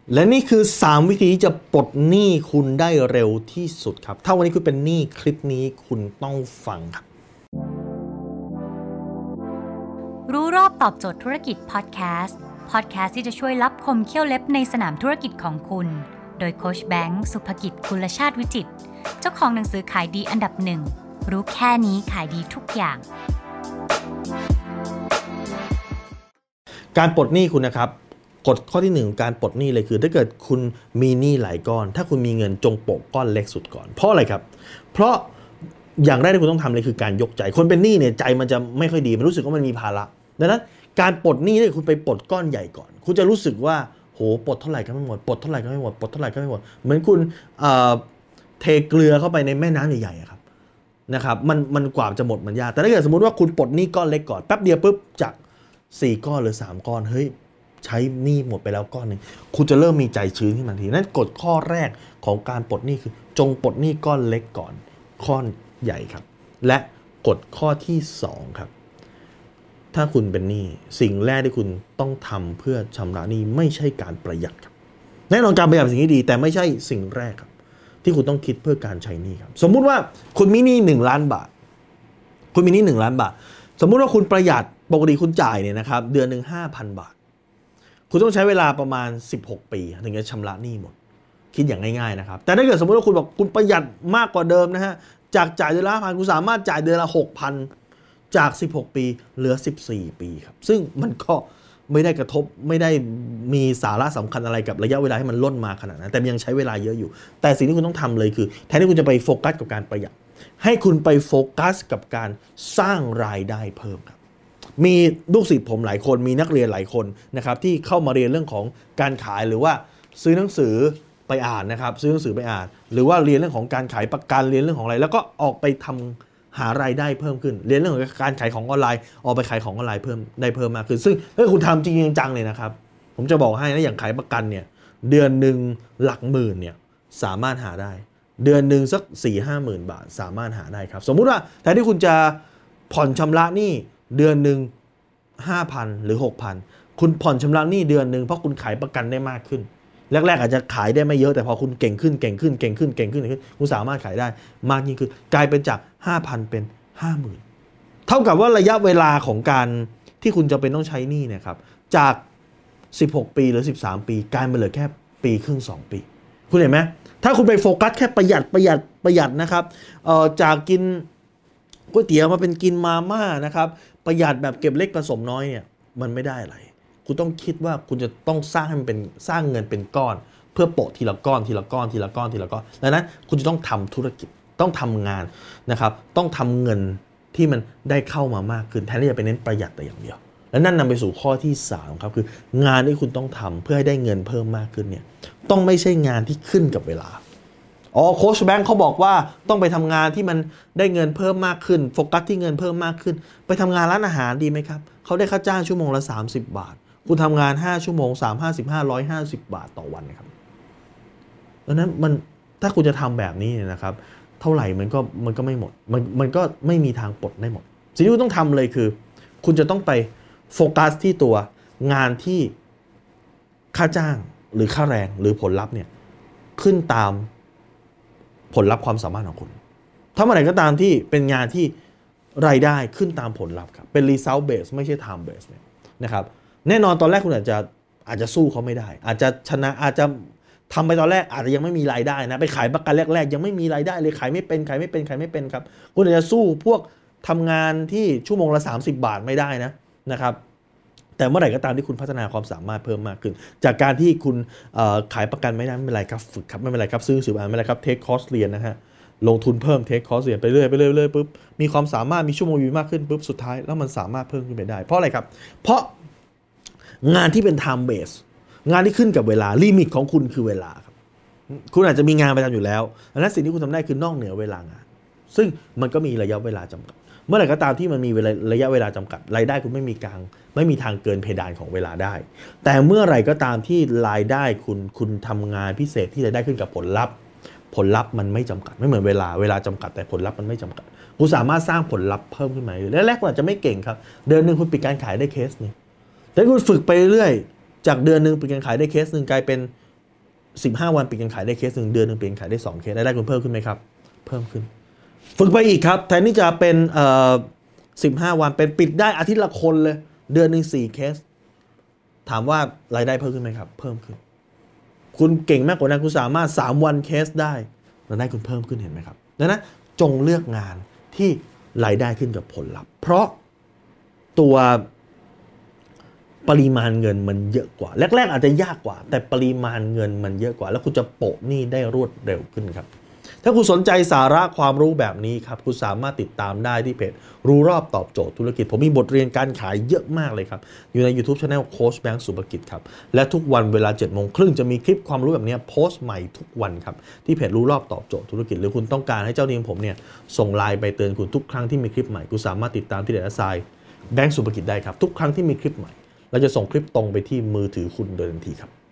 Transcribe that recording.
และนี่คือ3วิธีที่จะปลดหนี้คุณได้เร็วที่สุดครับถ้าวันนี้คุณเป็นหนี้คลิปนี้คุณต้องฟังครับรู้รอบตอบโจทย์ธุรกิจพอดแคสต์ที่จะช่วยลับคมเขี้ยวเล็บในสนามธุรกิจของคุณโดยโค้ชแบงค์สุภกิจกุลชาติวิจิตรเจ้าของหนังสือขายดีอันดับ1รู้แค่นี้ขายดีทุกอย่างการปลดหนี้คุณนะครับกฎข้อที่1การปลดหนี้เลยคือถ้าเกิดคุณมีหนี้หลายก้อนถ้าคุณมีเงินจงโปะก้อนเล็กสุดก่อนเพราะอะไรครับเพราะอย่างแรกที่คุณต้องทำเลยคือการยกใจคนเป็นหนี้เนี่ยใจมันจะไม่ค่อยดีมันรู้สึกว่ามันมีภาระดังนั้นการปลดหนี้เนี่ยคุณไปปลดก้อนใหญ่ก่อนคุณจะรู้สึกว่าโหปลดเท่าไหร่ก็ไม่หมดปลดเท่าไหร่ก็ไม่หมดปลดเท่าไหร่ก็ไม่หมดเหมือนคุณเทเกลือเข้าไปในแม่น้ำใหญ่ๆครับนะครับมันกว่าจะหมดมันยากแต่ถ้าเกิดสมมติว่าคุณปลดหนี้ก้อนเล็กก่อนแป๊บเดียวปุ๊บจาก4ก้อนหรือ3ก้อนเฮ้ยใช้หนี้หมดไปแล้วก้อนนึงคุณจะเริ่มมีใจชื้นขึ้นมาทีนั่นกฎข้อแรกของการปลดหนี้คือจงปลดหนี้ก้อนเล็กก่อนก้อนใหญ่ครับและกฎข้อที่2ครับถ้าคุณเป็นหนี้สิ่งแรกที่คุณต้องทำเพื่อชำระหนี้ไม่ใช่การประหยัดครับแน่นอนการประหยัดเป็นสิ่งที่ดีแต่ไม่ใช่สิ่งแรกครับที่คุณต้องคิดเพื่อการใช้หนี้ครับสมมุติว่าคุณมีหนี้1ล้านบาทคุณมีหนี้1ล้านบาทสมมุติว่าคุณประหยัดปกติคุณจ่ายเนี่ยนะครับเดือนนึง 5,000 บาทคุณต้องใช้เวลาประมาณ16ปีถึงจะชำระหนี้หมดคิดอย่างง่ายๆนะครับแต่ถ้าเกิดสมมติว่าคุณบอกคุณประหยัดมากกว่าเดิมนะฮะจากจ่ายเดือนละ 5,000 คุณสามารถจ่ายเดือนละ 6,000 จาก16ปีเหลือ14ปีครับซึ่งมันก็ไม่ได้กระทบไม่ได้มีสาระสำคัญอะไรกับระยะเวลาให้มันล่นมาขนาดนั้นแต่ยังใช้เวลาเยอะอยู่แต่สิ่งที่คุณต้องทำเลยคือแทนที่คุณจะไปโฟกัสกับการประหยัดให้คุณไปโฟกัสกับการสร้างรายได้เพิ่มครับมีลูกศิษย์ผมหลายคนมีนักเรียนหลายคนนะครับที่เข้ามาเรียนเรื่องของการขายหรือว่าซื้อหนังสือไปอ่านนะครับซื้อหนังสือไปอ่านหรือว่าเรียนเรื่องของการขายประกันเรียนเรื่องของอะไรแล้วก็ออกไปทำหารายได้เพิ่มขึ้นเรียนเรื่องของการขายของออนไลน์ออกไปขายของออนไลน์เพิ่มได้เพิ่มมากขึ้นซึ่งถ้าคุณทำจริงจังเลยนะครับผมจะบอกให้นะอย่างขายประกันเนี่ยเดือนหนึ่งหลักหมื่นเนี่ยสามารถหาได้เดือนหนึ่งสัก 4-5 หมื่นบาทสามารถหาได้ครับสมมุติว่าแทนที่คุณจะผ่อนชำระหนี้เดือนหนึ่ง 5,000 หรือ 6,000 คุณผ่อนชำระหนี้เดือนหนึ่งเพราะคุณขายประกันได้มากขึ้นแรกๆอาจจะขายได้ไม่เยอะแต่พอคุณเก่งขึ้นคุณสามารถขายได้มากยิ่งขึ้นกลายเป็นจาก 5,000 เป็น 50,000 เท่ากับว่าระยะเวลาของการที่คุณจะเป็นต้องใช้หนี้เนี่ยครับจาก16ปีหรือ13ปีกลายมาเหลือแค่ปีครึ่ง2ปีคุณเห็นไหมถ้าคุณไปโฟกัสแค่ประหยัดนะครับจากกินก๋วยเตี๋ยวมาเป็นกินมาม่านะครับประหยัดแบบเก็บเล็กผสมน้อยเนี่ยมันไม่ได้อะไรคุณต้องคิดว่าคุณจะต้องสร้างให้มันเป็นสร้างเงินเป็นก้อนเพื่อโปะทีละก้อนดังนั้นคุณจะต้องทำธุรกิจต้องทำงานนะครับต้องทำเงินที่มันได้เข้ามามากขึ้นแทนที่จะไปเน้นประหยัดแต่อย่างเดียวและนั่นนำไปสู่ข้อที่3ครับคืองานที่คุณต้องทำเพื่อให้ได้เงินเพิ่มมากขึ้นเนี่ยต้องไม่ใช่งานที่ขึ้นกับเวลาโค้ชแบงค์เขาบอกว่าต้องไปทำงานที่มันได้เงินเพิ่มมากขึ้นโฟกัสที่เงินเพิ่มมากขึ้นไปทำงานร้านอาหารดีไหมครับเขาได้ค่าจ้างชั่วโมงละ30 บาทคุณทำงาน5ชั่วโมง150 บาทต่อวันนะครับดังนั้นถ้าคุณจะทำแบบนี้เนี่ยนะครับเท่าไหร่มันก็ไม่หมดมันก็ไม่มีทางปลดได้หมดสิ่งที่คุณต้องทำเลยคือคุณจะต้องไปโฟกัสที่ตัวงานที่ค่าจ้างหรือค่าแรงหรือผลลัพธ์เนี่ยขึ้นตามผลลัพธ์ความสามารถของคุณถ้าเมื่อไหร่ก็ตามที่เป็นงานที่รายได้ขึ้นตามผลลัพธ์ครับเป็น result base ไม่ใช่ time base เนี่ยนะครับแน่นอนตอนแรกคุณอาจจะสู้เขาไม่ได้อาจจะชนะอาจจะทำไปตอนแรกอาจจะยังไม่มีรายได้นะไปขายประกันแรกๆยังไม่มีรายได้เลยขายไม่เป็นครับคุณอาจจะสู้พวกทำงานที่ชั่วโมงละ30 บาทไม่ได้นะครับแต่เมื่อไหร่ก็ตามที่คุณพัฒนาความสามารถเพิ่มมากขึ้นจากการที่คุณขายประกันไม่ได้ไม่เป็นไรครับฝึกครับไม่เป็นไรครับซื้อหนังสืออ่านไม่เป็นไรครับเทคคอร์สเรียนนะฮะลงทุนเพิ่มเทคคอร์สเรียนไปเรื่อยปุ๊บมีความสามารถมีชั่วโมงอยู่มากขึ้นปุ๊บสุดท้ายแล้วมันสามารถเพิ่มขึ้นไปได้เพราะอะไรครับเพราะงานที่เป็น time base งานที่ขึ้นกับเวลาลิมิตของคุณคือเวลาครับคุณอาจจะมีงานประจำอยู่แล้วและสิ่งที่คุณทำได้คือนอกเหนือเวลางานซึ่งมันก็มีระยะเวลาจำกัดเมื่อไหร่ก็ตามที่มันมีระยะเวลาจำกัดรายได้คุณไม่มีทางเกินเพดานของเวลาได้แต่เมื่อไหร่ก็ตามที่รายได้คุณทำงานพิเศษที่รายได้ขึ้นกับผลลัพธ์มันไม่จำกัดไม่เหมือนเวลาจำกัดแต่ผลลัพธ์มันไม่จำกัดคุณสามารถสร้างผลลัพธ์เพิ่มขึ้นมาแรกๆคุณอาจจะไม่เก่งครับเดือนนึงคุณปิดการขายได้เคสนึงแต่คุณฝึกไปเรื่อยจากเดือนนึงปิดการขายได้เคสนึงกลายเป็น 15 วันปิดการขายได้เคส1เดือนนึงปิดการขายได้2เคสได้คุณเพิ่มขึ้นไหมครับเพิ่มขึ้นฝึกไปอีกครับแทนที่จะเป็น15 วันเป็นปิดได้อาทิตย์ละคนเลยเดือนนึง4เคสถามว่ารายได้เพิ่มขึ้นไหมครับเพิ่มขึ้นคุณเก่งมากกว่านั้นคุณสามารถ3วันเคสได้รายได้คุณเพิ่มขึ้นเห็นไหมครับดังนั้นจงเลือกงานที่รายได้ขึ้นกับผลลัพธ์เพราะตัวปริมาณเงินมันเยอะกว่าแรกๆอาจจะยากกว่าแต่ปริมาณเงินมันเยอะกว่าแล้วคุณจะโปะหนี้ได้รวดเร็วขึ้นครับถ้าคุณสนใจสาระความรู้แบบนี้ครับคุณสามารถติดตามได้ที่เพจรู้รอบตอบโจทย์ธุรกิจผมมีบทเรียนการขายเยอะมากเลยครับอยู่ใน YouTube Channel โค้ชแบงค์สุภกิจครับและทุกวันเวลา 7:30 นจะมีคลิปความรู้แบบนี้โพสต์ใหม่ทุกวันครับที่เพจรู้รอบตอบโจทย์ธุรกิจหรือคุณต้องการให้เจ้าทีมผมเนี่ยส่งไลน์ไปเตือนคุณทุกครั้งที่มีคลิปใหม่คุณสามารถติดตามที่แบงค์สุภกิจได้ครับทุกครั้งที่มีคลิปใหม่เราจะส่งคลิปตรงไปที่มือถือคุณโดยทันทีครับ